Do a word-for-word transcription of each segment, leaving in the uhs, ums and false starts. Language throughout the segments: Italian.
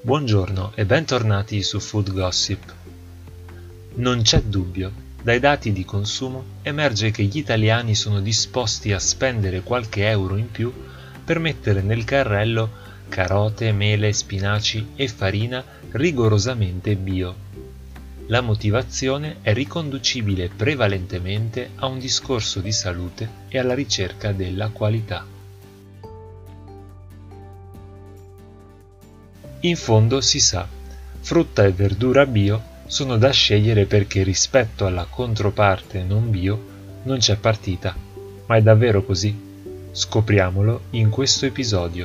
Buongiorno e bentornati su Food Gossip. Non c'è dubbio, dai dati di consumo emerge che gli italiani sono disposti a spendere qualche euro in più per mettere nel carrello carote, mele, spinaci e farina rigorosamente bio. La motivazione è riconducibile prevalentemente a un discorso di salute e alla ricerca della qualità. In fondo si sa, frutta e verdura bio sono da scegliere perché rispetto alla controparte non bio non c'è partita. Ma è davvero così? Scopriamolo in questo episodio.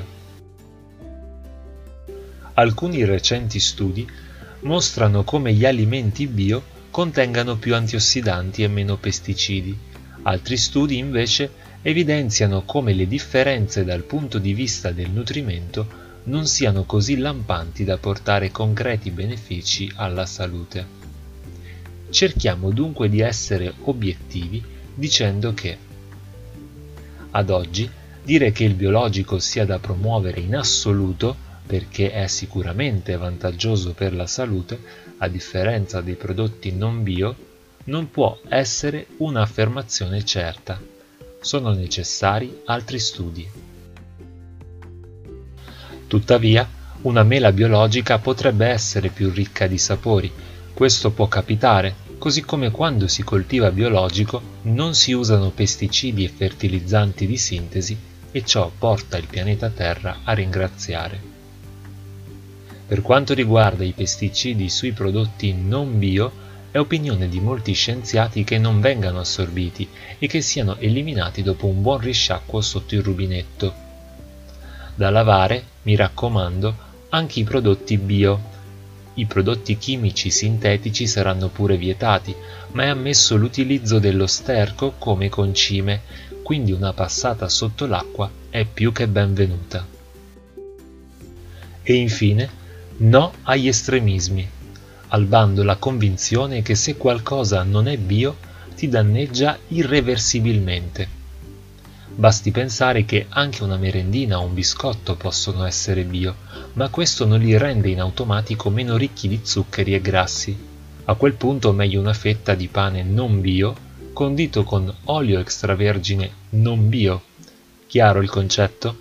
Alcuni recenti studi mostrano come gli alimenti bio contengano più antiossidanti e meno pesticidi. Altri studi invece evidenziano come le differenze dal punto di vista del nutrimento non siano così lampanti da portare concreti benefici alla salute. Cerchiamo dunque di essere obiettivi dicendo che, ad oggi, dire che il biologico sia da promuovere in assoluto, perché è sicuramente vantaggioso per la salute, a differenza dei prodotti non bio, non può essere un'affermazione certa. Sono necessari altri studi. Tuttavia, una mela biologica potrebbe essere più ricca di sapori. Questo può capitare, così come quando si coltiva biologico non si usano pesticidi e fertilizzanti di sintesi e ciò porta il pianeta Terra a ringraziare. Per quanto riguarda i pesticidi sui prodotti non bio, è opinione di molti scienziati che non vengano assorbiti e che siano eliminati dopo un buon risciacquo sotto il rubinetto. Da lavare, mi raccomando, anche i prodotti bio. I prodotti chimici sintetici saranno pure vietati, ma è ammesso l'utilizzo dello sterco come concime, quindi una passata sotto l'acqua è più che benvenuta. E infine, no agli estremismi. Al bando la convinzione che se qualcosa non è bio, ti danneggia irreversibilmente. Basti pensare che anche una merendina o un biscotto possono essere bio, ma questo non li rende in automatico meno ricchi di zuccheri e grassi. A quel punto meglio una fetta di pane non bio, condito con olio extravergine non bio. Chiaro il concetto?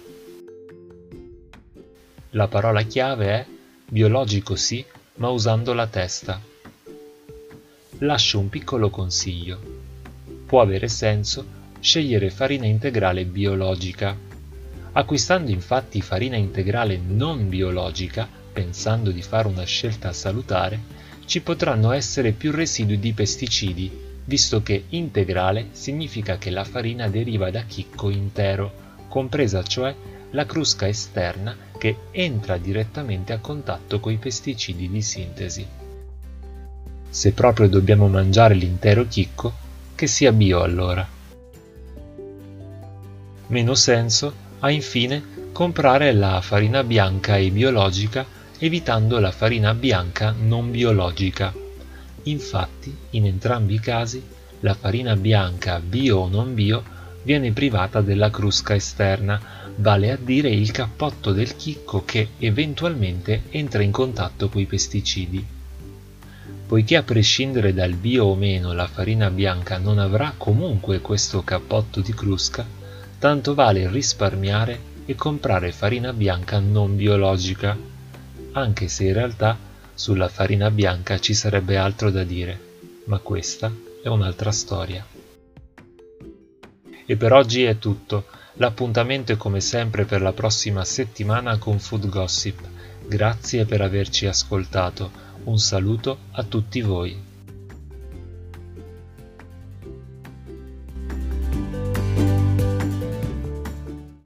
La parola chiave è biologico sì, ma usando la testa. Lascio un piccolo consiglio. Può avere senso scegliere farina integrale biologica. Acquistando infatti farina integrale non biologica, pensando di fare una scelta salutare, ci potranno essere più residui di pesticidi, visto che integrale significa che la farina deriva da chicco intero, compresa cioè la crusca esterna che entra direttamente a contatto coi pesticidi di sintesi. Se proprio dobbiamo mangiare l'intero chicco, che sia bio allora. Meno senso ha infine comprare la farina bianca e biologica evitando la farina bianca non biologica. Infatti, in entrambi i casi, la farina bianca bio o non bio viene privata della crusca esterna, vale a dire il cappotto del chicco che eventualmente entra in contatto coi pesticidi. Poiché a prescindere dal bio o meno la farina bianca non avrà comunque questo cappotto di crusca, tanto vale risparmiare e comprare farina bianca non biologica, anche se in realtà sulla farina bianca ci sarebbe altro da dire, ma questa è un'altra storia. E per oggi è tutto, l'appuntamento è come sempre per la prossima settimana con Food Gossip. Grazie per averci ascoltato, un saluto a tutti voi.